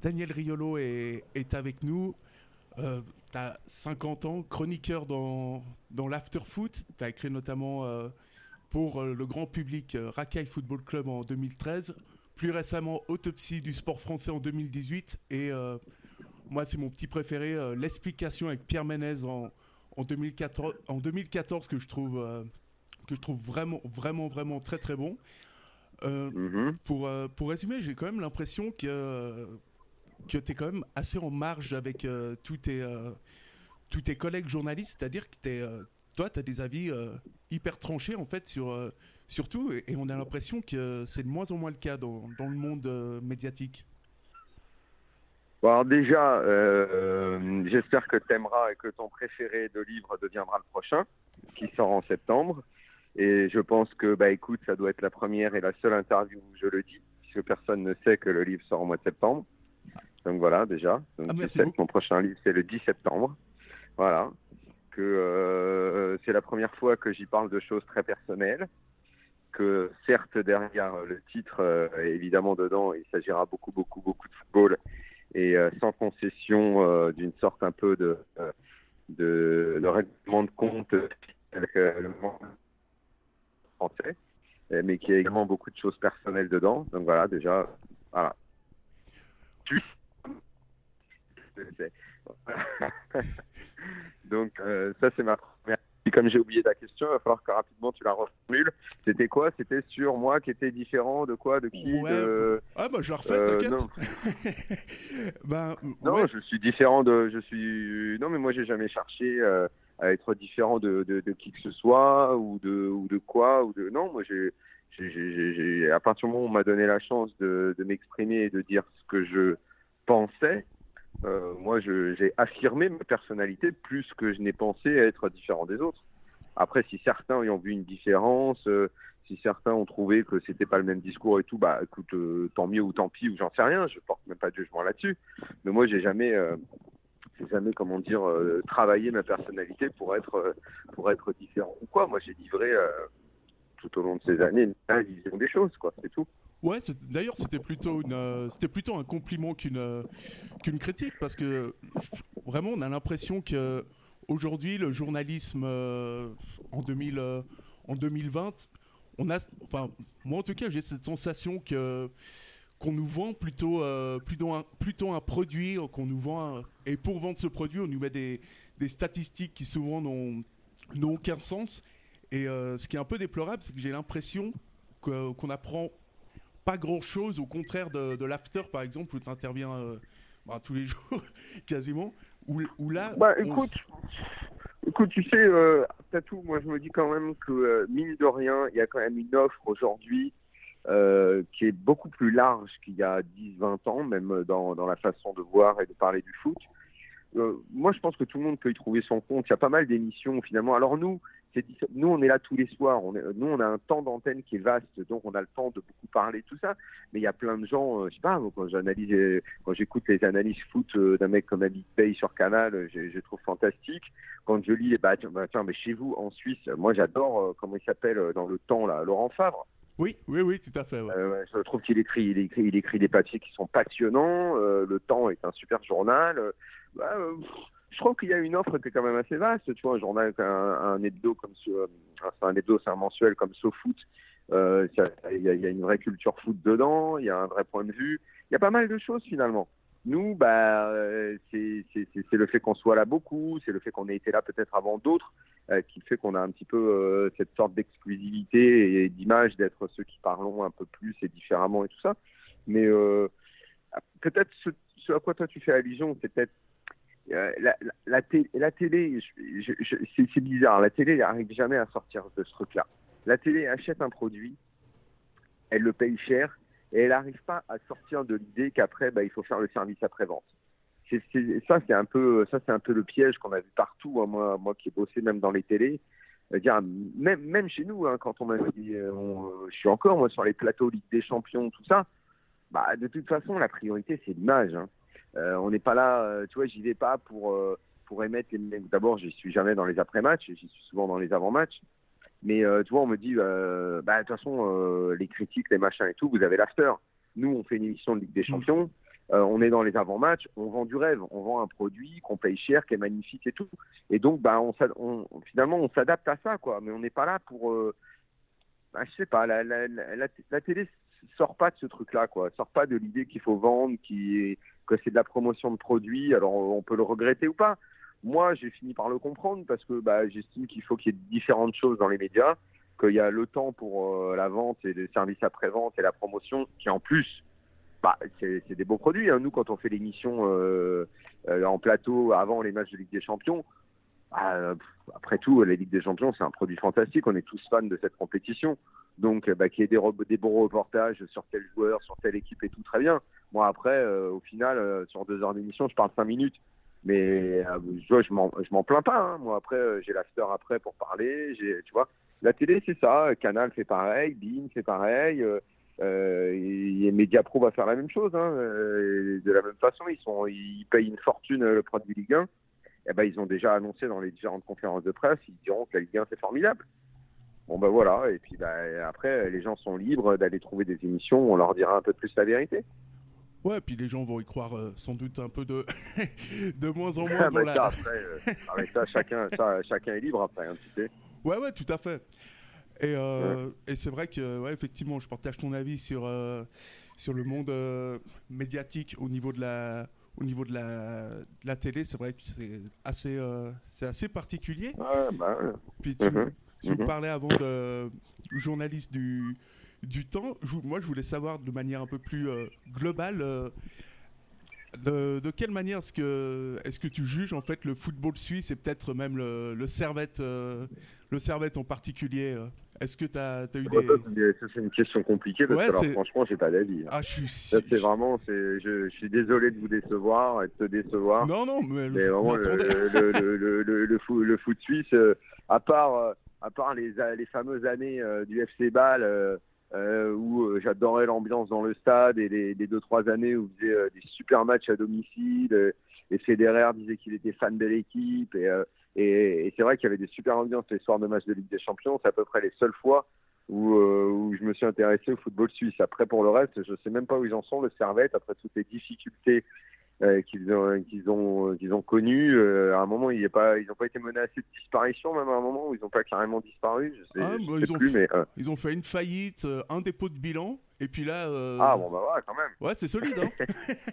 Daniel Riolo est avec nous. Tu as 50 ans, chroniqueur dans l'after-foot. Tu as écrit notamment pour le grand public Racaille Football Club en 2013. Plus récemment, Autopsie du sport français en 2018. Et moi, c'est mon petit préféré, l'explication avec Pierre Ménez en 2014 que je trouve vraiment, vraiment, vraiment très, très bon. Euh, Mhm. pour résumer, j'ai quand même l'impression que tu es quand même assez en marge avec tous tes collègues journalistes, c'est-à-dire que toi, tu as des avis hyper tranchés en fait sur tout, et on a l'impression que c'est de moins en moins le cas dans le monde médiatique. Bon, alors déjà, j'espère que t'aimeras et que ton préféré de livre deviendra le prochain, qui sort en septembre. Et je pense que, bah écoute, ça doit être la première et la seule interview où je le dis, puisque personne ne sait que le livre sort au mois de septembre. Donc voilà, déjà. Ah, Donc tu merci sais que beaucoup. mon prochain livre, c'est le 10 septembre. Voilà. Que c'est la première fois que j'y parle de choses très personnelles. Que certes, derrière le titre, évidemment, dedans, il s'agira beaucoup, beaucoup, beaucoup de football et sans concession d'une sorte un peu de règlement de compte avec le monde français, mais qui a également beaucoup de choses personnelles dedans. Donc voilà, déjà, voilà. Tu sais. Donc ça, c'est ma première. Et comme j'ai oublié ta question, il va falloir que rapidement tu la reformules. C'était quoi? C'était sur moi qui était différent de quoi? De qui? Ouais, ah bah je la refais, t'inquiète. Non. Ben Non, ouais, je suis différent de. Je suis. Non, mais moi, j'ai jamais cherché à être différent de qui que ce soit ou de quoi ou de. Non, moi, à partir du moment où on m'a donné la chance de m'exprimer et de dire ce que je pensais, moi, j'ai affirmé ma personnalité plus que je n'ai pensé être différent des autres. Après, si certains y ont vu une différence, si certains ont trouvé que c'était pas le même discours et tout, bah écoute, tant mieux ou tant pis ou j'en sais rien, je porte même pas de jugement là-dessus. Mais moi, j'ai jamais, comment dire, travaillé ma personnalité pour être différent ou quoi. Moi, j'ai livré tout au long de ces années la vision des choses, quoi. C'est tout. ouais. D'ailleurs, c'était plutôt un compliment qu'une critique, parce que vraiment, on a l'impression que aujourd'hui, le journalisme en 2020, enfin, moi en tout cas, j'ai cette sensation que qu'on nous vend plutôt un produit qu'on nous vend, et pour vendre ce produit, on nous met des statistiques qui souvent n'ont aucun sens. Et ce qui est un peu déplorable, c'est que j'ai l'impression qu'on apprend pas grand chose, au contraire de l'after par exemple, où tu interviens tous les jours quasiment, où là Bah écoute, tu sais, Tatou, moi je me dis quand même que mine de rien, il y a quand même une offre aujourd'hui qui est beaucoup plus large qu'il y a 10, 20 ans, même dans la façon de voir et de parler du foot. Moi, je pense que tout le monde peut y trouver son compte. Il y a pas mal d'émissions finalement. Alors nous, on est là tous les soirs. Nous, on a un temps d'antenne qui est vaste, donc on a le temps de beaucoup parler, tout ça. Mais il y a plein de gens, je sais pas, quand j'écoute les analyses foot d'un mec comme Abid Bey sur Canal, je trouve fantastique. Quand je lis, tiens, mais chez vous en Suisse, moi j'adore, comment il s'appelle dans le temps là, Laurent Favre. oui, oui, oui, tout à fait, ouais. Ouais, je trouve il écrit des papiers qui sont passionnants. Le Temps est un super journal. Je trouve qu'il y a une offre qui est quand même assez vaste. Tu vois, un journal, un hebdo comme c'est un hebdo, c'est un mensuel comme SoFoot. Il y a une vraie culture foot dedans. Il y a un vrai point de vue. Il y a pas mal de choses finalement. Nous, c'est le fait qu'on soit là beaucoup, c'est le fait qu'on ait été là peut-être avant d'autres, qui fait qu'on a un petit peu cette sorte d'exclusivité et d'image d'être ceux qui parlons un peu plus et différemment et tout ça. Mais peut-être ce à quoi toi tu fais allusion, c'est peut-être la télé, c'est bizarre, la télé n'arrive jamais à sortir de ce truc-là. La télé achète un produit, elle le paye cher, et elle n'arrive pas à sortir de l'idée qu'après, il faut faire le service après-vente. Ça, c'est un peu le piège qu'on a vu partout, hein, moi qui ai bossé même dans les télés. Dire, même chez nous, hein, quand on m'a dit, je suis encore moi sur les plateaux Ligue des Champions, tout ça, de toute façon, la priorité, c'est l'image. Hein. On n'est pas là, tu vois, j'y vais pas pour émettre les. D'abord, je suis jamais dans les après-matchs, j'y suis souvent dans les avant-matchs. Mais tu vois, on me dit, de toute façon, les critiques, les machins et tout, vous avez l'after. Nous, on fait une émission de Ligue des Mm. Champions. on est dans les avant-matchs, on vend du rêve, on vend un produit qu'on paye cher, qui est magnifique et tout. Et donc, finalement, on s'adapte à ça, quoi. Mais on n'est pas là pour, je sais pas, la télé sort pas de ce truc-là, quoi. Sort pas de l'idée qu'il faut vendre, que c'est de la promotion de produits. Alors, on peut le regretter ou pas. Moi, j'ai fini par le comprendre parce que j'estime qu'il faut qu'il y ait différentes choses dans les médias, qu'il y a le temps pour la vente et le service après-vente et la promotion, qui en plus, c'est des beaux produits. Hein. Nous, quand on fait l'émission en plateau avant les matchs de Ligue des Champions, après tout, la Ligue des Champions, c'est un produit fantastique. On est tous fans de cette compétition. Donc, qu'il y ait des bons reportages sur tel joueur, sur telle équipe et tout, très bien. Moi, après, au final, sur 2 heures d'émission, je parle 5 minutes. Mais je m'en plains pas. Hein. Moi, après, j'ai l'after après pour parler. Tu vois, la télé, c'est ça. Canal fait pareil. Bein fait pareil. Et Mediapro va faire la même chose. Hein. De la même façon, ils payent une fortune le produit Ligue 1. Ils ont déjà annoncé dans les différentes conférences de presse, ils diront que la Ligue 1 c'est formidable. Bon voilà, et puis après les gens sont libres d'aller trouver des émissions où on leur dira un peu plus la vérité. Ouais, puis les gens vont y croire sans doute un peu de de moins en moins. Avec ça, chacun est libre après, hein, tu sais. Ouais, tout à fait. Et c'est vrai que effectivement, je partage ton avis sur le monde médiatique au niveau de la télé. C'est vrai que c'est assez particulier. Puis tu me parlais avant de journaliste du temps. Moi, je voulais savoir de manière un peu plus globale, de quelle manière est-ce que tu juges en fait le football suisse et peut-être même le Servette en particulier. Est-ce que tu as eu des... Ça, c'est une question compliquée parce que franchement, j'ai pas d'avis. Ah, c'est vraiment, je suis désolé de vous décevoir et de te décevoir. Non, mais vraiment, le foot suisse, à part les fameuses années du FC Bâle, où j'adorais l'ambiance dans le stade et les 2-3 années où on faisait des super matchs à domicile, et Federer disait qu'il était fan de l'équipe, et c'est vrai qu'il y avait des super ambiances les soirs de matchs de Ligue des Champions. C'est à peu près les seules fois où je me suis intéressé au football suisse. Après, pour le reste, je sais même pas où ils en sont, le Servette, après toutes les difficultés qu'ils ont connues. À un moment, ils n'ont pas été menacés de disparition, même à un moment où ils n'ont pas carrément disparu. Ils ont fait une faillite, un dépôt de bilan, et puis là... quand même. Ouais, c'est solide, hein.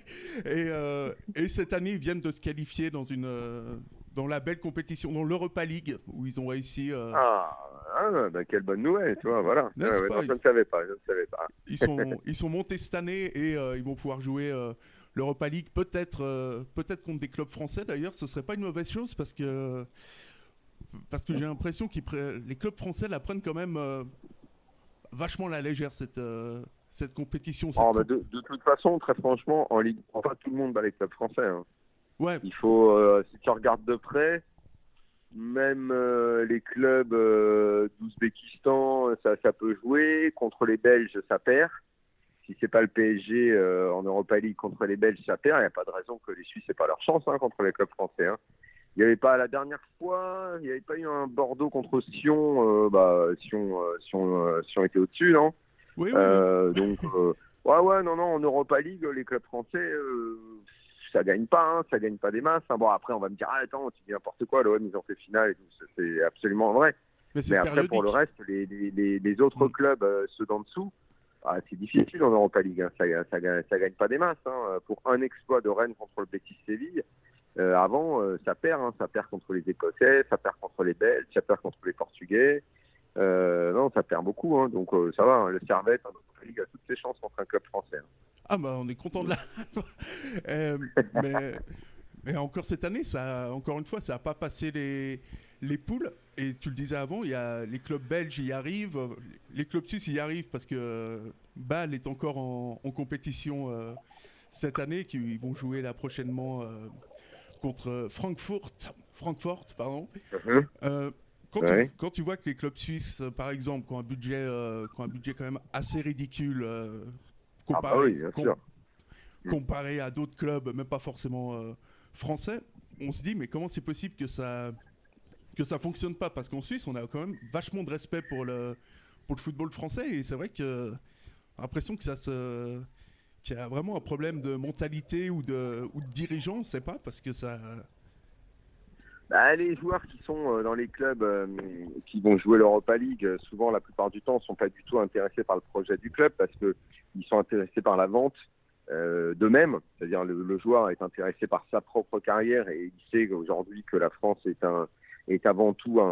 Et cette année, ils viennent de se qualifier dans la belle compétition, dans l'Europa League, où ils ont réussi... quelle bonne nouvelle, tu vois, voilà. Je ne savais pas. Ils sont montés cette année et ils vont pouvoir jouer l'Europa League, peut-être contre des clubs français d'ailleurs. Ce serait pas une mauvaise chose parce que j'ai l'impression que les clubs français la prennent quand même vachement à la légère, cette compétition. De toute façon, très franchement, en Ligue, pas tout le monde bat les clubs français. Hein. Ouais. Il faut, si tu regardes de près, même les clubs d'Ouzbékistan, ça peut jouer. Contre les Belges, ça perd. Si c'est pas le PSG en Europa League contre les Belges, ça perd. Il n'y a pas de raison que les Suisses n'aient pas leur chance contre les clubs français. Hein. Il n'y avait pas la dernière fois, il n'y avait pas eu un Bordeaux contre Sion. Sion était au-dessus, non? Oui. Donc, en Europa League, les clubs français, ça gagne pas, ça gagne pas des masses. Hein. Bon, après, on va me dire, attends, tu dis n'importe quoi, l'OM, ils ont fait finale et tout. C'est absolument vrai. Mais après, pour le reste, les autres clubs, ceux d'en dessous, c'est difficile en Europa League. Hein. Ça gagne pas des masses. Hein. Pour un exploit de Rennes contre le Betis Séville, avant, ça perd. Hein. Ça perd contre les Écossais, ça perd contre les Belges, ça perd contre les Portugais. Non, ça perd beaucoup. Hein. Donc, ça va. Hein. Le Servette en Europa League a toutes ses chances contre un club français. Hein. Ah on est content de mais encore cette année, encore une fois, ça n'a pas passé les poules. Et tu le disais avant, il y a les clubs belges y arrivent, les clubs suisses y arrivent parce que Bâle est encore en compétition cette année, qu'ils vont jouer là prochainement contre Francfort, pardon. Quand tu vois que les clubs suisses, par exemple, ont un budget quand même assez ridicule. Comparé à d'autres clubs, même pas forcément français, on se dit mais comment c'est possible que ça fonctionne pas? Parce qu'en Suisse, on a quand même vachement de respect pour le football français et c'est vrai que j'ai l'impression que qu'il y a vraiment un problème de mentalité ou de dirigeant, on ne sait pas, parce que ça... Bah, les joueurs qui sont dans les clubs qui vont jouer l'Europa League, souvent, la plupart du temps, ne sont pas du tout intéressés par le projet du club parce qu'ils sont intéressés par la vente d'eux-mêmes. C'est-à-dire le joueur est intéressé par sa propre carrière et il sait aujourd'hui que la France est avant tout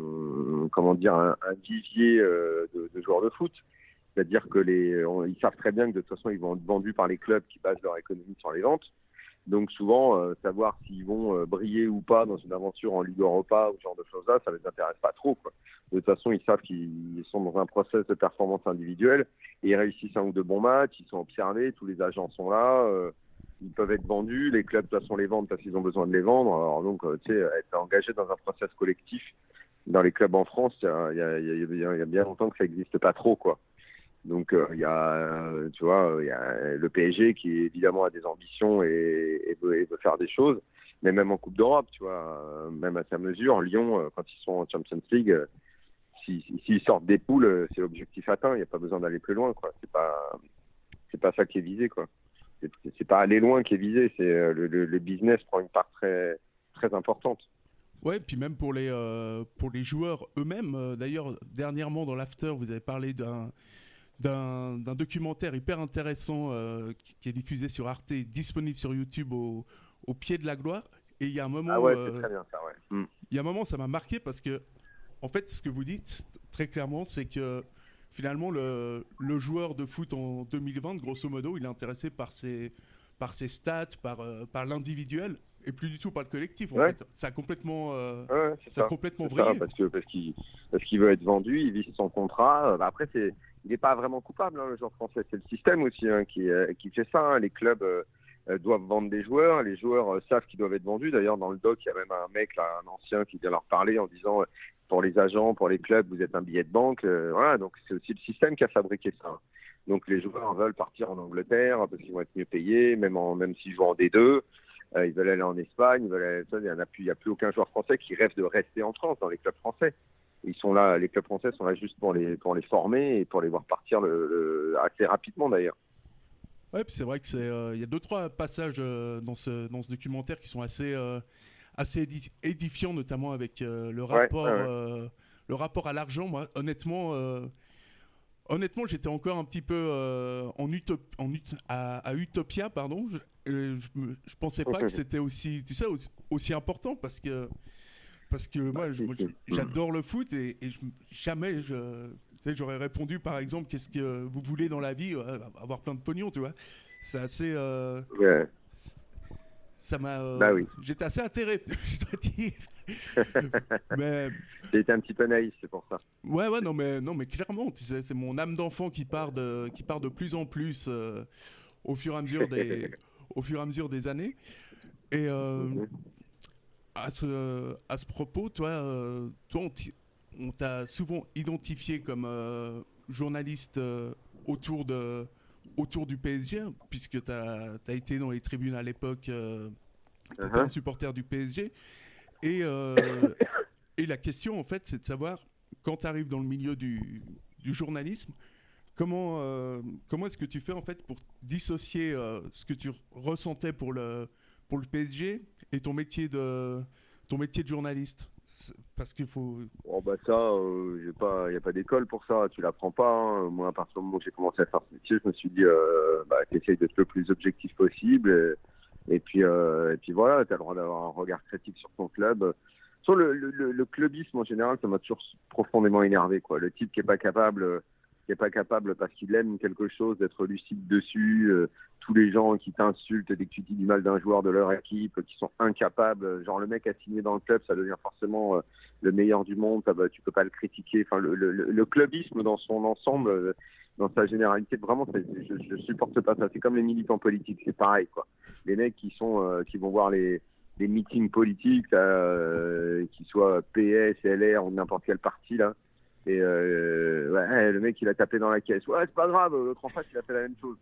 un vivier de joueurs de foot. C'est-à-dire que ils savent très bien que de toute façon, ils vont être vendus par les clubs qui basent leur économie sur les ventes. Donc souvent, savoir s'ils vont briller ou pas dans une aventure en Ligue Europa ou ce genre de choses-là, ça ne les intéresse pas trop, quoi. De toute façon, ils savent qu'ils sont dans un process de performance individuelle et ils réussissent un ou deux bons matchs, ils sont observés, tous les agents sont là, ils peuvent être vendus, les clubs de toute façon les vendent parce qu'ils ont besoin de les vendre. Alors donc, tu sais, être engagé dans un process collectif dans les clubs en France, il y a bien longtemps que ça n'existe pas trop, quoi. Donc il y a, tu vois, il y a le PSG qui évidemment a des ambitions et veut faire des choses, mais même en Coupe d'Europe, tu vois, même à sa mesure, Lyon, quand ils sont en Champions League, s'ils sortent des poules, c'est l'objectif atteint. Il n'y a pas besoin d'aller plus loin, quoi. C'est pas ça qui est visé, quoi. C'est pas aller loin qui est visé, c'est le business prend une part très très importante. Ouais, puis même pour les joueurs eux-mêmes. D'ailleurs, dernièrement dans l'After, vous avez parlé d'un documentaire hyper intéressant qui est diffusé sur Arte, disponible sur YouTube au pied de la gloire. Et il y a un moment, ah ouais, c'est très bien ça, ouais. Il y a un moment, ça m'a marqué parce que, en fait, ce que vous dites très clairement, c'est que finalement le joueur de foot en 2020, grosso modo, il est intéressé par ses stats, par l'individuel. Et plus du tout par le collectif, en fait. Ça a complètement, vrillé. Parce qu'il veut être vendu, il vise son contrat. Après, il n'est pas vraiment coupable, hein, le joueur français. C'est le système aussi qui fait ça. Hein. Les clubs doivent vendre des joueurs. Les joueurs savent qu'ils doivent être vendus. D'ailleurs, dans le doc, il y a même un mec, là, un ancien, qui vient leur parler en disant pour les agents, pour les clubs, vous êtes un billet de banque. Voilà, donc c'est aussi le système qui a fabriqué ça. Donc les joueurs veulent partir en Angleterre parce qu'ils vont être mieux payés, même s'ils jouent en D2. Ils veulent aller en Espagne, il n'y a plus aucun joueur français qui rêve de rester en France dans les clubs français. Ils sont là, les clubs français sont là juste pour les former et pour les voir partir assez rapidement d'ailleurs. Ouais, puis c'est vrai que il y a 2-3 passages dans ce documentaire qui sont assez édifiants, notamment avec le rapport à l'argent. Moi, honnêtement, j'étais encore un petit peu à Utopia, pardon. Je pensais pas que c'était aussi important parce que moi, j'adore le foot et jamais j'aurais répondu par exemple qu'est-ce que vous voulez dans la vie, avoir plein de pognon, tu vois. C'est assez. Ça m'a. Bah oui. J'étais assez atterré, je dois dire. Mais j'ai été un petit peu naïf, c'est pour ça. Ouais, non mais clairement, tu sais, c'est mon âme d'enfant qui part de plus en plus au fur et à mesure des années. Et à ce propos, toi on t'a souvent identifié comme journaliste autour du PSG, puisque tu as été dans les tribunes à l'époque, tu étais un supporter du PSG. Et la question, en fait, c'est de savoir, quand tu arrives dans le milieu du journalisme, comment est-ce que tu fais, en fait, pour dissocier ce que tu ressentais pour le PSG et ton métier de journaliste? Parce qu'il faut... Oh bah ça, il n'y a pas d'école pour ça, tu l'apprends pas. Hein. Moi, à partir du moment où j'ai commencé à faire ce métier, je me suis dit, t'essayes d'être le plus objectif possible. Et puis voilà, tu as le droit d'avoir un regard critique sur ton club. Sur le clubisme en général, ça m'a toujours profondément énervé, quoi. Le type qui est pas capable parce qu'il aime quelque chose d'être lucide dessus. Tous les gens qui t'insultent dès que tu dis du mal d'un joueur de leur équipe, qui sont incapables. Genre le mec a signé dans le club, ça devient forcément le meilleur du monde. Tu peux pas le critiquer. Enfin, le clubisme dans son ensemble. Dans sa généralité, vraiment, je supporte pas ça. C'est comme les militants politiques, c'est pareil, quoi. Les mecs qui vont voir les meetings politiques, qui soient PS, LR ou n'importe quel parti, là. Et le mec, il a tapé dans la caisse. Ouais, c'est pas grave, l'autre en face, il a fait la même chose.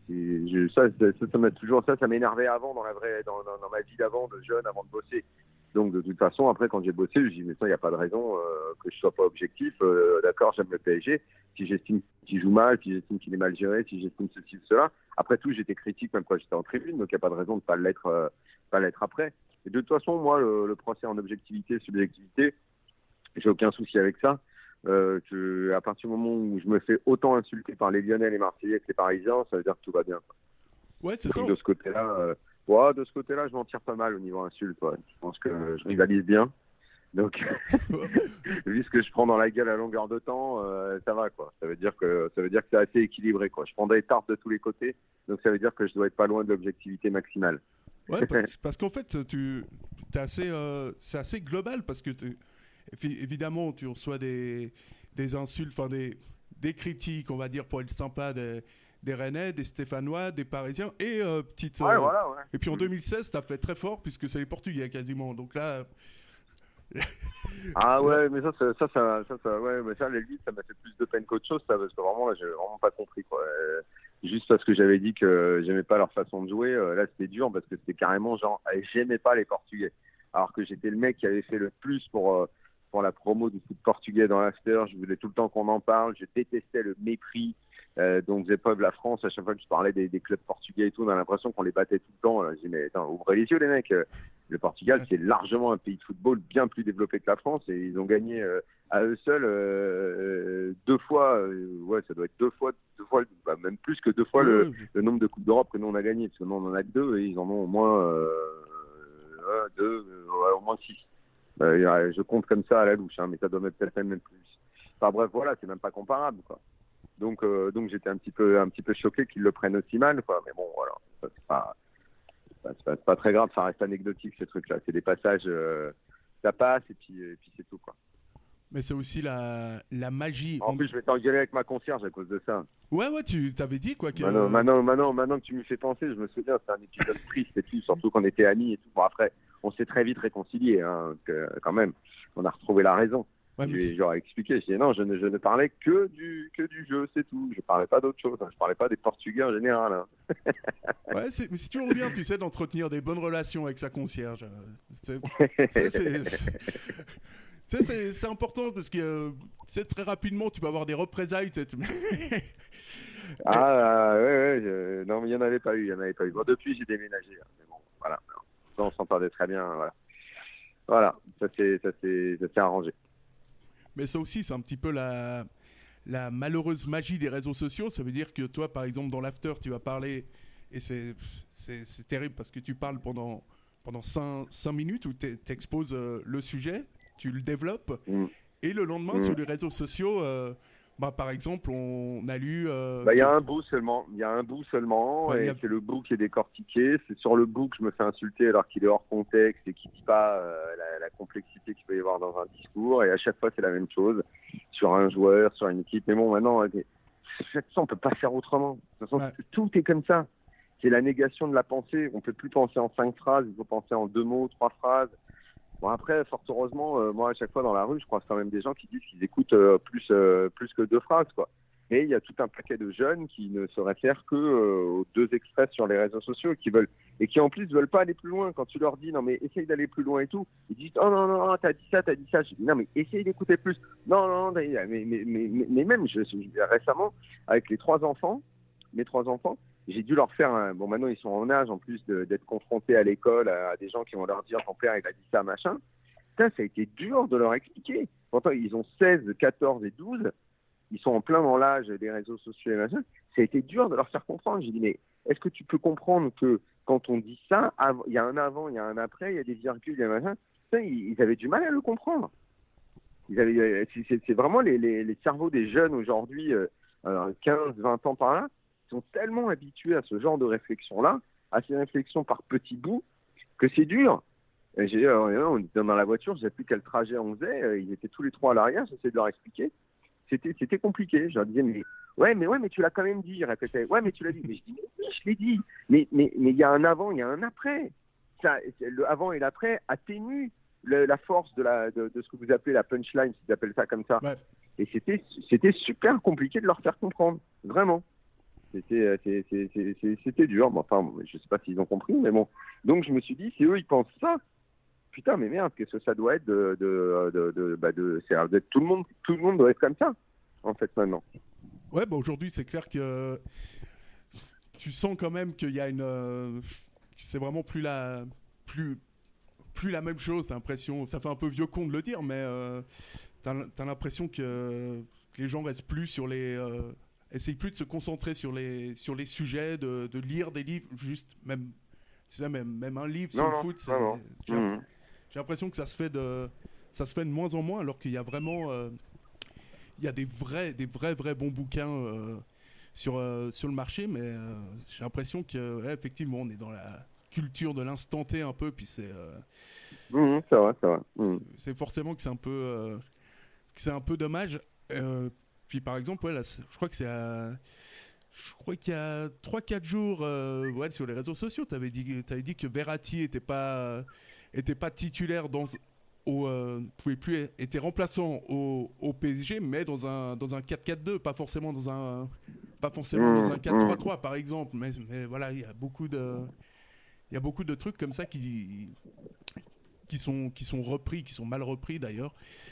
Ça m'énervait avant dans ma vie d'avant, de jeune, avant de bosser. Donc de toute façon, après quand j'ai bossé, je me dis mais ça, il n'y a pas de raison que je sois pas objectif. D'accord, j'aime le PSG. Si j'estime qu'il joue mal, si j'estime qu'il est mal géré, si j'estime ceci ou cela. Après tout, j'étais critique même quand j'étais en tribune, donc il n'y a pas de raison de pas l'être après. Et de toute façon, moi, le procès en objectivité, subjectivité, j'ai aucun souci avec ça. À partir du moment où je me fais autant insulter par les Lyonnais, les Marseillais que les Parisiens, ça veut dire que tout va bien. Ouais, c'est ça. De ce côté-là, je m'en tire pas mal au niveau insulte. Ouais. Je pense que je rivalise bien. Donc, vu ce que je prends dans la gueule à longueur de temps, ça va quoi. Ça veut dire que c'est assez équilibré quoi. Je prends des tartes de tous les côtés, donc ça veut dire que je dois être pas loin de l'objectivité maximale. Ouais, parce qu'en fait, c'est assez global parce que évidemment, tu reçois des insultes, enfin des critiques, on va dire pour être sympa, des Rennais, des Stéphanois, des Parisiens et Voilà, ouais. Et puis en 2016, t'as fait très fort puisque c'est les Portugais quasiment. Donc là. Ah ouais, mais ça, ouais, mais ça, à la limite, ça m'a fait plus de peine qu'autre chose, ça, parce que vraiment, là, j'ai vraiment pas compris, quoi. Juste parce que j'avais dit que j'aimais pas leur façon de jouer, là, c'était dur parce que c'était carrément genre, j'aimais pas les Portugais. Alors que j'étais le mec qui avait fait le plus pour la promo du foot portugais dans l'after, je voulais tout le temps qu'on en parle, je détestais le mépris dont faisait preuve la France. À chaque fois que je parlais des clubs portugais et tout, on a l'impression qu'on les battait tout le temps. Je dis, mais attends, ouvrez les yeux les mecs, le Portugal c'est largement un pays de football bien plus développé que la France et ils ont gagné à eux seuls 2 fois, ouais ça doit être 2 fois, bah, même plus que 2 fois le nombre de Coupes d'Europe que nous on a gagné, parce que nous on en a que 2 et ils en ont au moins 2, au moins 6. Je compte comme ça à la louche, hein, mais ça doit être peut-être même plus. Enfin bref, voilà, c'est même pas comparable, quoi. Donc j'étais un petit peu choqué qu'ils le prennent aussi mal, quoi. Mais bon, voilà, c'est pas très grave, ça reste anecdotique ces trucs-là. C'est des passages, ça passe et puis c'est tout, quoi. Mais c'est aussi la magie. En plus, je vais t'engueuler avec ma concierge à cause de ça. Ouais, tu t'avais dit quoi que. Maintenant que tu m'y fais penser, je me souviens, c'était un épisode triste et tout, surtout qu'on était amis et tout. Bon, après, on s'est très vite réconciliés, hein, quand même. On a retrouvé la raison. Ouais, je leur ai expliqué, je disais non, je ne parlais que du jeu, c'est tout. Je parlais pas d'autre chose, hein. Je parlais pas des Portugais en général. Hein. Ouais, mais c'est toujours bien, tu sais, d'entretenir des bonnes relations avec sa concierge. C'est important parce que très rapidement, tu peux avoir des représailles. Non, mais il n'y en avait pas eu. Bon, depuis, j'ai déménagé. Hein, mais bon, voilà. On s'entendait très bien. Voilà, ça s'est arrangé. Mais ça aussi, c'est un petit peu la malheureuse magie des réseaux sociaux. Ça veut dire que toi, par exemple, dans l'after, tu vas parler, et c'est terrible parce que tu parles pendant 5 minutes où tu exposes le sujet, tu le développes, et le lendemain, sur les réseaux sociaux, par exemple, on a lu... il y a un bout seulement, ouais, et c'est le bout qui est décortiqué. C'est sur le bout que je me fais insulter alors qu'il est hors contexte et qu'il ne dit pas la complexité qu'il peut y avoir dans un discours. Et à chaque fois, c'est la même chose sur un joueur, sur une équipe. Mais bon, maintenant, on ne peut pas faire autrement. De toute façon, tout est comme ça. C'est la négation de la pensée. On ne peut plus penser en 5 phrases, il faut penser en 2 mots, 3 phrases. Bon, après, fort heureusement, moi, à chaque fois dans la rue, je croise quand même des gens qui disent qu'ils écoutent plus que 2 phrases, quoi. Et il y a tout un paquet de jeunes qui ne se réfèrent que aux 2 extraits sur les réseaux sociaux et qui en plus veulent pas aller plus loin. Quand tu leur dis non mais essaye d'aller plus loin et tout, ils disent oh non t'as dit ça. Je dis non mais essaye d'écouter plus. Non mais même récemment avec mes 3 enfants, j'ai dû leur faire bon maintenant ils sont en âge en plus d'être confrontés à l'école à des gens qui vont leur dire ton père il a dit ça machin. Ça a été dur de leur expliquer. Pourtant ils ont 16, 14 et 12. Ils sont en plein dans l'âge des réseaux sociaux et machin. Ça a été dur de leur faire comprendre. J'ai dit, mais est-ce que tu peux comprendre que quand on dit ça, il y a un avant, il y a un après, il y a des virgules, il y a machin. Ça, ils avaient du mal à le comprendre. C'est vraiment les cerveaux des jeunes aujourd'hui, 15, 20 ans par là, sont tellement habitués à ce genre de réflexion-là, à ces réflexions par petits bouts, que c'est dur. On était dans la voiture, je ne savais plus quel trajet on faisait. Ils étaient tous les 3 à l'arrière, j'essayais de leur expliquer. C'était compliqué. Je leur disais, mais tu l'as quand même dit. Ils répétaient, ouais, mais tu l'as dit. Mais je dis, mais oui, je l'ai dit. Mais il y a un avant, il y a un après. Ça, le avant et l'après atténuent la force de ce que vous appelez la punchline, si vous appelez ça comme ça. Ouais. Et c'était super compliqué de leur faire comprendre. Vraiment. C'était dur. Bon, enfin, je sais pas s'ils ont compris, mais bon. Donc, je me suis dit, si eux, ils pensent ça, putain, mais merde, qu'est-ce que ça doit être d'être tout le monde doit être comme ça, en fait, maintenant. Ouais, bah aujourd'hui, c'est clair que tu sens quand même qu'il y a c'est vraiment plus la même chose. T'as l'impression, ça fait un peu vieux con de le dire, mais t'as l'impression que les gens restent plus sur essayent plus de se concentrer sur les sujets, de lire des livres, juste même, tu sais, même un livre sur le foot. J'ai l'impression que ça se fait de moins en moins, alors qu'il y a vraiment, il y a des vrais bons bouquins sur le marché, mais j'ai l'impression que effectivement, on est dans la culture de l'instant T un peu, puis c'est vrai. c'est forcément que c'est un peu dommage. Puis par exemple, ouais, là, je crois qu'il y a 3-4 jours, ouais, sur les réseaux sociaux, t'avais dit que Verratti était pas titulaire pouvait plus était remplaçant au PSG, mais dans un 4-4-2, pas forcément dans un 4-3-3 par exemple. Mais voilà, il y a beaucoup de trucs comme ça qui sont repris, qui sont mal repris d'ailleurs.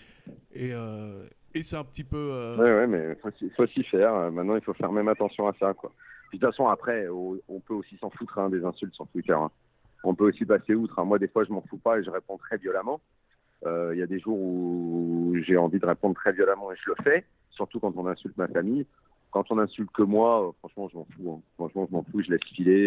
Et c'est un petit peu. Ouais, mais faut s'y faire. Maintenant, il faut faire même attention à ça, quoi. Puis, de toute façon, après, on peut aussi s'en foutre des insultes sur Twitter. Hein. On peut aussi passer outre. Moi, des fois, je m'en fous pas et je réponds très violemment. Il y a des jours où j'ai envie de répondre très violemment et je le fais, surtout quand on insulte ma famille. Quand on insulte que moi, franchement, je m'en fous. Hein. Franchement, je m'en fous, je laisse filer.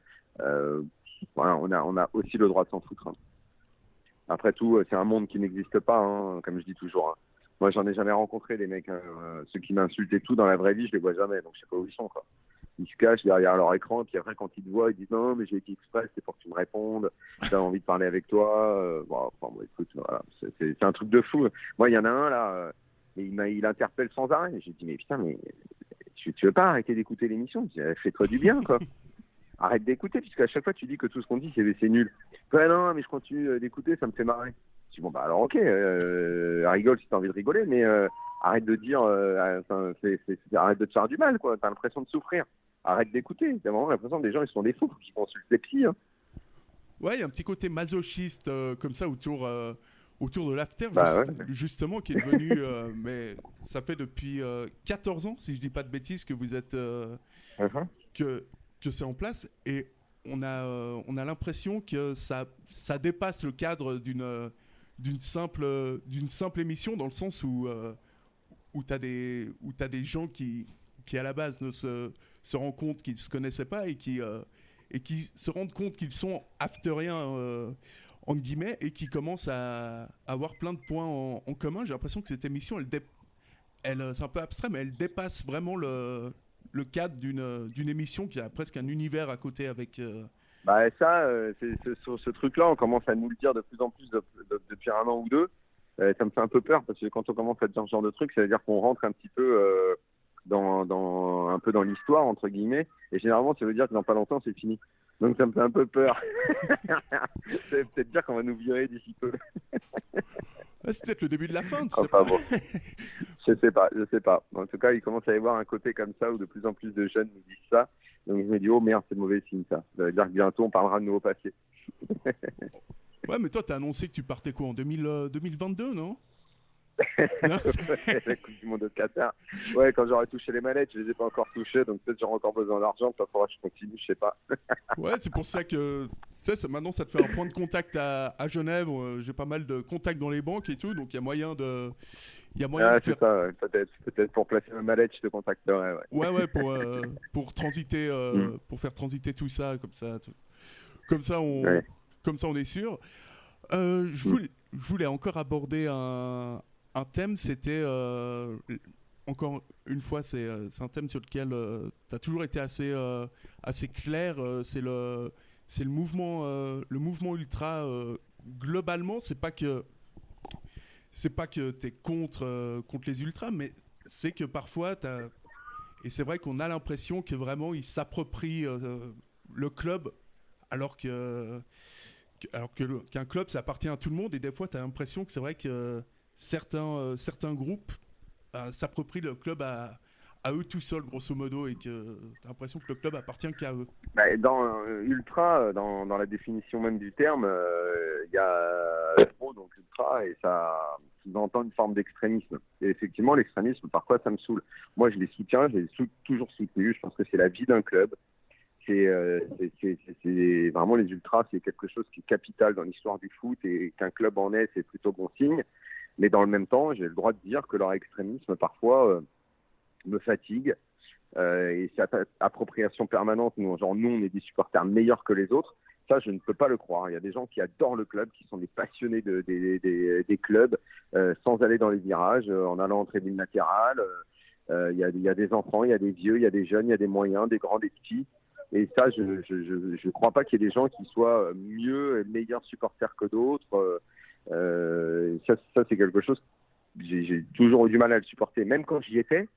Voilà, on a aussi le droit de s'en foutre. Hein. Après tout, c'est un monde qui n'existe pas, hein, comme je dis toujours. Hein. Moi, j'en ai jamais rencontré des mecs. Hein. Ceux qui m'insultent et tout dans la vraie vie, je les vois jamais, donc je sais pas où ils sont, quoi. Ils se cachent derrière leur écran, puis après, quand ils te voient, ils disent non, mais j'ai été express, c'est pour que tu me répondes, j'ai envie de parler avec toi. Bon, écoute, voilà, c'est un truc de fou. Moi, il y en a un là, il interpelle sans arrêt. J'ai dit mais putain, mais tu veux pas arrêter d'écouter l'émission? Fais-toi du bien, quoi. Arrête d'écouter, puisqu'à chaque fois tu dis que tout ce qu'on dit c'est nul. Ouais, non, mais je continue d'écouter, ça me fait marrer. Je dis bon bah alors ok, rigole si t'as envie de rigoler, mais arrête de dire, arrête de te faire du mal, quoi. T'as l'impression de souffrir. Arrête d'écouter. T'as vraiment l'impression que les gens ils sont des fous, qu'ils consultent des psys. Hein. Ouais, il y a un petit côté masochiste comme ça autour de l'after, justement, qui est devenu, mais ça fait depuis 14 ans, si je dis pas de bêtises, que vous êtes que c'est en place, et on a l'impression que ça dépasse le cadre d'une simple émission, dans le sens où t'as des gens qui à la base ne se rendent compte qu'ils se connaissaient pas et qui se rendent compte qu'ils sont afteriens entre guillemets, et qui commencent à avoir plein de points en commun. J'ai l'impression que cette émission, c'est un peu abstrait, mais elle dépasse vraiment le cadre d'une émission qui a presque un univers à côté avec. Bah ça, ce truc-là, on commence à nous le dire de plus en plus depuis un an ou deux. Ça me fait un peu peur parce que quand on commence à dire ce genre de truc, ça veut dire qu'on rentre un petit peu un peu dans l'histoire entre guillemets. Et généralement, ça veut dire que dans pas longtemps, c'est fini. Donc ça me fait un peu peur. Ça veut peut-être dire qu'on va nous virer d'ici peu. C'est peut-être le début de la fin, tu sais pas. Bon. Je sais pas. En tout cas, il commence à y avoir un côté comme ça où de plus en plus de jeunes nous disent ça. Donc je me dis, oh merde, c'est mauvais signe ça. Ça veut dire que bientôt on parlera de nouveau passé. Ouais, mais toi, t'as annoncé que tu partais quoi en 2022, non? La Coupe du Monde de Qatar. Ouais, quand j'aurai touché les manettes, je les ai pas encore touchées, donc peut-être j'aurai encore besoin d'argent, il faudra que je continue, je sais pas. Ouais, c'est pour ça que maintenant ça te fait un point de contact à Genève. J'ai pas mal de contacts dans les banques et tout, donc il y a moyen de. C'est ça, ouais. Peut-être pour placer ma mallette, je te contacterai. Ouais, pour transiter, pour faire transiter tout ça, comme ça on est sûr. Je voulais encore aborder un thème, c'était encore une fois, c'est un thème sur lequel tu as toujours été assez clair. C'est le mouvement ultra. Globalement, c'est pas que tu es contre les ultras, mais c'est que parfois et c'est vrai qu'on a l'impression que vraiment ils s'approprient le club, alors qu'un club, ça appartient à tout le monde, et des fois, tu as l'impression que c'est vrai que certains groupes s'approprient le club à à eux tout seuls, grosso modo, et que t'as l'impression que le club appartient qu'à eux. Dans ultra, dans la définition même du terme, il y a pro, donc ultra, et ça sous-entend une forme d'extrémisme. Et effectivement, l'extrémisme, parfois, ça me saoule. Moi, je les soutiens, je les ai toujours soutenus. Je pense que c'est la vie d'un club. C'est vraiment les ultras, c'est quelque chose qui est capital dans l'histoire du foot, et qu'un club en est, c'est plutôt bon signe. Mais dans le même temps, j'ai le droit de dire que leur extrémisme, parfois, me fatigue. Et cette appropriation permanente, nous, on est des supporters meilleurs que les autres. Ça, je ne peux pas le croire. Il y a des gens qui adorent le club, qui sont des passionnés des clubs, sans aller dans les virages, en allant en tribune latérale. Il y a des enfants, il y a des vieux, il y a des jeunes, il y a des moyens, des grands, des petits. Et ça, je ne crois pas qu'il y ait des gens qui soient mieux et meilleurs supporters que d'autres. Ça, c'est quelque chose que j'ai toujours eu du mal à le supporter. Même quand j'y étais,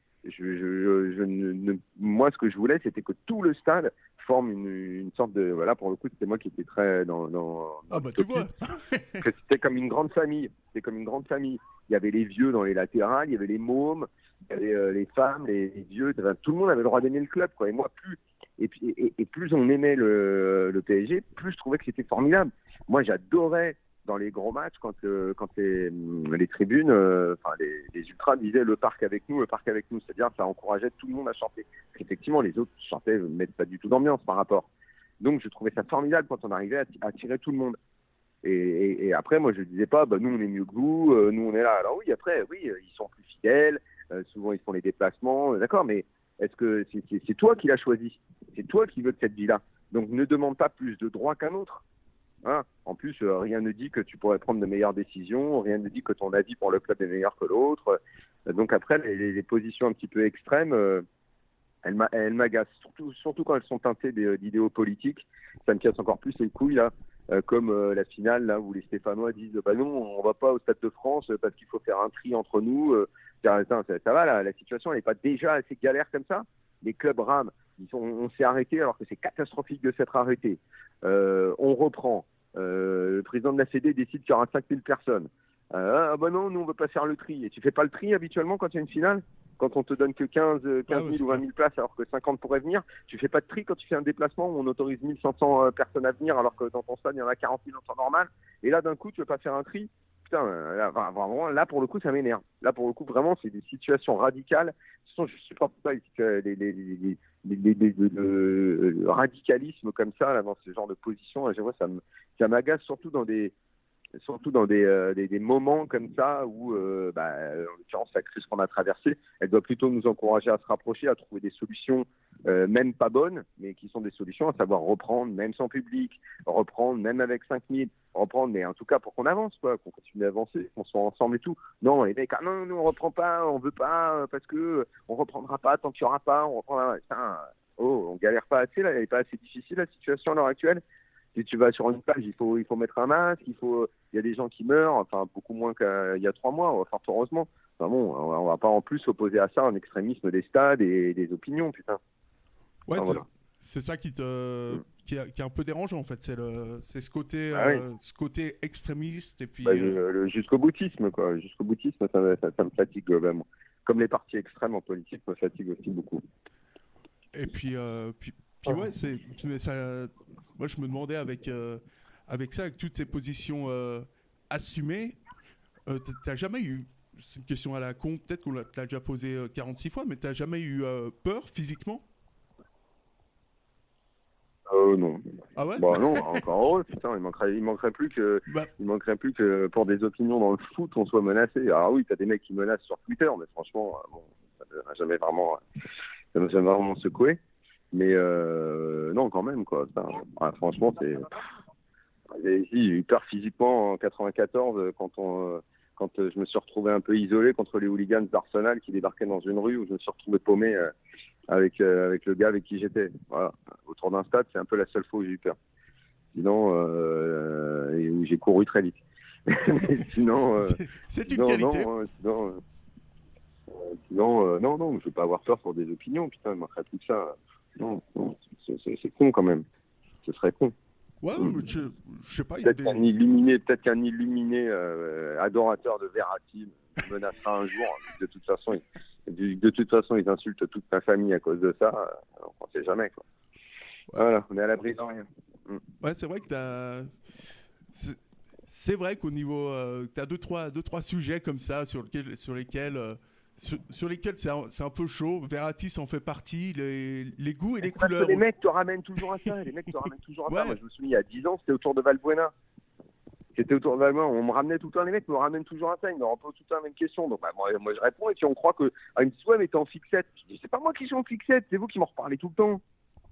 moi, ce que je voulais, c'était que tout le stade forme une sorte de... Voilà, pour le coup, c'était moi qui étais très Tu vois. Que c'était comme une grande famille. C'était comme une grande famille. Il y avait les vieux dans les latérales, il y avait les mômes, il y avait les femmes, les vieux. Enfin, tout le monde avait le droit d'aimer le club, quoi. Et moi, plus on aimait le PSG, plus je trouvais que c'était formidable. Moi, j'adorais dans les gros matchs quand les tribunes, les ultras disaient le parc avec nous, c'est-à-dire ça encourageait tout le monde à chanter. Effectivement, les autres chantaient, mais pas du tout d'ambiance par rapport. Donc, je trouvais ça formidable quand on arrivait à attirer tout le monde. Et après, moi, je disais pas, nous, on est mieux que vous, nous, on est là. Alors oui, après, oui, ils sont plus fidèles, souvent, ils font les déplacements, d'accord, mais est-ce que c'est toi qui l'as choisi? C'est toi qui veux de cette vie-là. Donc, ne demande pas plus de droits qu'un autre. Hein, en plus, rien ne dit que tu pourrais prendre de meilleures décisions, rien ne dit que ton avis pour le club est meilleur que l'autre. Donc après, les positions un petit peu extrêmes, elles m'agacent, surtout quand elles sont teintées d'idéaux politiques. Ça me casse encore plus les couilles, là, comme la finale, là, où les Stéphanois disent non, on va pas au Stade de France parce qu'il faut faire un tri entre nous. Ça va, là, la situation n'est pas déjà assez galère comme ça. Les clubs rament. On s'est arrêté alors que c'est catastrophique de s'être arrêté. On reprend. Le président de la Fédé décide qu'il y aura 5000 personnes. Non, nous on veut pas faire le tri. Et tu fais pas le tri habituellement quand il y a une finale? Quand on te donne que 15 000 ou 20 000 places alors que 50 pourraient venir, tu fais pas de tri quand tu fais un déplacement où on autorise 1500 personnes à venir alors que dans ton stade il y en a 40 000 en temps normal. Et là d'un coup tu veux pas faire un tri? Putain, vraiment, là pour le coup ça m'énerve. Là pour le coup vraiment c'est des situations radicales. Je supporte pas le radicalisme comme ça là, dans ce genre de position. Ça m'agace surtout dans des moments comme ça où, en l'occurrence, la crise qu'on a traversée, elle doit plutôt nous encourager à se rapprocher, à trouver des solutions, même pas bonnes, mais qui sont des solutions, à savoir reprendre, même sans public, reprendre, même avec 5000, reprendre, mais en tout cas pour qu'on avance, quoi, qu'on continue d'avancer, qu'on soit ensemble et tout. Non, les mecs, non, nous on reprend pas, on veut pas, parce que on reprendra pas tant qu'il y aura pas, on reprendra. Putain, on galère pas assez là, elle est pas assez difficile la situation à l'heure actuelle. Si tu vas sur une plage, il faut mettre un masque, il y a des gens qui meurent, enfin beaucoup moins qu'il y a 3 mois, fort heureusement. Enfin bon, on va pas en plus opposer à ça un extrémisme des stades et des opinions, putain. Ouais, enfin, voilà. C'est ça qui est un peu dérangeant en fait, c'est ce côté, ce côté extrémiste et puis le jusqu'au boutisme, quoi. Jusqu'au boutisme, ça me fatigue globalement. Comme les partis extrêmes en politique me fatiguent aussi beaucoup. Et puis ouais, moi je me demandais avec ça, avec toutes ces positions assumées, t'as jamais eu, c'est une question à la con, peut-être qu'on l'a déjà posé 46 fois, mais t'as jamais eu peur physiquement? Non. Ah ouais? Non, encore heureux, putain, il manquerait plus que pour des opinions dans le foot, on soit menacé. Alors oui, t'as des mecs qui menacent sur Twitter, mais franchement, ça ne m'a jamais vraiment secoué. Mais non, quand même, quoi. Franchement, j'ai eu peur physiquement en 94 quand je me suis retrouvé un peu isolé contre les hooligans d'Arsenal qui débarquaient dans une rue où je me suis retrouvé paumé avec le gars avec qui j'étais. Voilà. Autour d'un stade, c'est un peu la seule fois où j'ai eu peur. Sinon, et où j'ai couru très vite. Sinon, c'est une qualité. Non, je ne veux pas avoir peur pour des opinions. Putain, il manquerait plus que ça. Non, c'est con quand même. Ce serait con. Ouais, je sais pas. Peut-être qu'un illuminé adorateur de Verratti me menacera un jour. De toute façon, De toute façon, ils insultent toute ma famille à cause de ça. On ne sait jamais, quoi. Ouais, Voilà, on est à l'abri de rien. ouais, c'est vrai que c'est c'est vrai qu'au niveau, t'as deux, trois sujets comme ça sur lesquels c'est un peu chaud. Verratti en fait partie, les goûts et les Parce que couleurs. les mecs te ramènent toujours à ça. Les mecs te ramènent toujours à ça. Ouais, Moi, je me souviens, il y a 10 ans, c'était autour de Valbuena. C'était autour de Valbuena. On me ramenait tout le temps, les mecs me ramènent toujours à ça. Ils me reposent tout le temps la même question. Donc, bah, moi, je réponds. Et puis, on croit que. Ah, ils me disent, ouais, mais t'es en fixette. Je dis, c'est pas moi qui suis en fixette. C'est vous qui m'en reparlez tout le temps.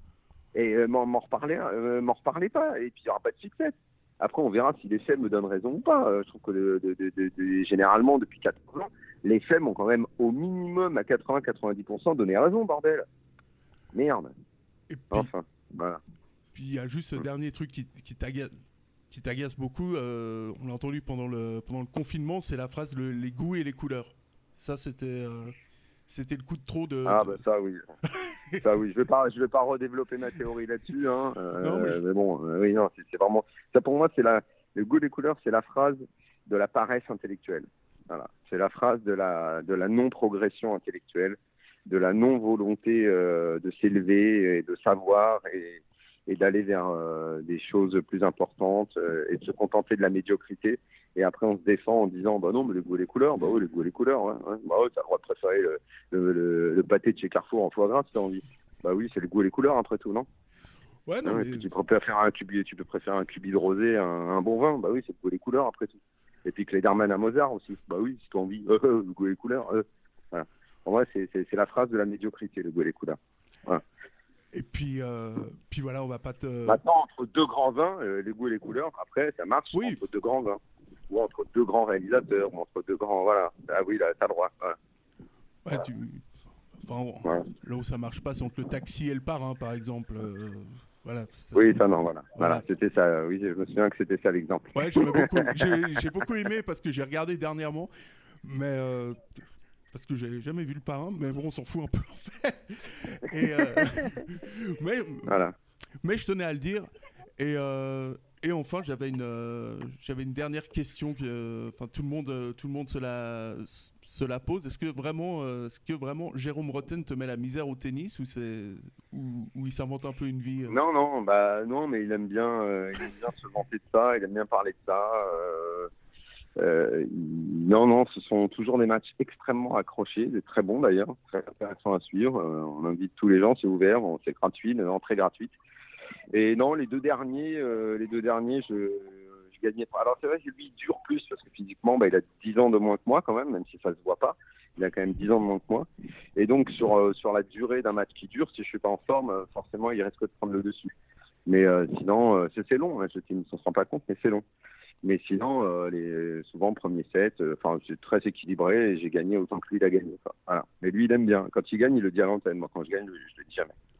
Et m'en reparlez pas. Et puis, il n'y aura pas de fixette. Après, on verra si les faits me donnent raison ou pas. Je trouve que généralement, depuis 14 ans, les faits m'ont quand même au minimum à 80-90% donné raison, bordel. Merde. et puis Enfin, voilà. il y a juste ce dernier truc qui t'agace beaucoup. On l'a entendu pendant le confinement, c'est la phrase les goûts et les couleurs. Ça, c'était le coup de trop Ah, bah ça, oui. Ça, oui. Je vais pas redévelopper ma théorie là-dessus. Hein. Non, Mais bon, oui, non, c'est vraiment. Ça, pour moi, le goût des couleurs, c'est la phrase de la paresse intellectuelle. Voilà. C'est la phrase de la non-progression intellectuelle, de la non-volonté de s'élever et de savoir et d'aller vers des choses plus importantes et de se contenter de la médiocrité. Et après, on se défend en disant, bah non, mais le goût et les couleurs, bah oui, le goût et les couleurs, ouais. Bah ouais, t'as le droit de préférer le pâté de chez Carrefour en foie gras si t'as envie. Bah oui, c'est le goût et les couleurs après tout, non? ouais, non, Hein, mais tu préfères tu peux préférer un cubi de rosé à un bon vin, bah oui, c'est le goût et les couleurs après tout. Et puis Cléderman à Mozart aussi, bah oui, si t'as envie, le goût et les couleurs, voilà. En vrai, c'est la phrase de la médiocrité, le goût et les couleurs. Voilà. et puis voilà, on va pas te. Maintenant, entre deux grands vins, les goûts et les couleurs, après, ça marche Oui, entre deux grands vins. Ou entre deux grands réalisateurs, ou entre deux grands. Voilà. Ah oui, là, t'as le droit. Voilà. ouais, enfin, Voilà. là où ça marche pas, c'est entre le taxi et le parrain, par exemple. Voilà. Oui, ça, non, voilà. Voilà. Voilà, c'était ça. Oui, je me souviens que c'était ça l'exemple. Ouais, j'ai beaucoup aimé parce que j'ai regardé dernièrement, mais parce que j'ai jamais vu le parrain, mais bon, on s'en fout un peu en fait. Et, mais, Voilà. mais je tenais à le dire. Et enfin, j'avais une dernière question que, enfin, tout le monde se la pose. Est-ce que vraiment Jérôme Rotten te met la misère au tennis ou il s'invente un peu une vie Non, non, bah non, mais il aime bien se vanter de ça, il aime bien parler de ça. Non, non, ce sont toujours des matchs extrêmement accrochés, des très bons d'ailleurs, très intéressants à suivre. On invite tous les gens, c'est ouvert, c'est gratuit, l'entrée gratuite. Et non, les deux derniers, je gagnais pas. Alors c'est vrai que lui, il dure plus parce que physiquement, bah, il a 10 ans de moins que moi quand même si ça se voit pas. Il a quand même 10 ans de moins que moi. Et donc sur la durée d'un match qui dure, si je suis pas en forme, forcément, il risque de prendre le dessus. Mais sinon, c'est long. Hein, on ne s'en rend pas compte, mais c'est long. Mais sinon, souvent, premier set, c'est très équilibré et j'ai gagné autant que lui, il a gagné. Quoi. Voilà. Mais lui, il aime bien. Quand il gagne, il le dit à l'antenne. Moi, quand je gagne, je le dis jamais.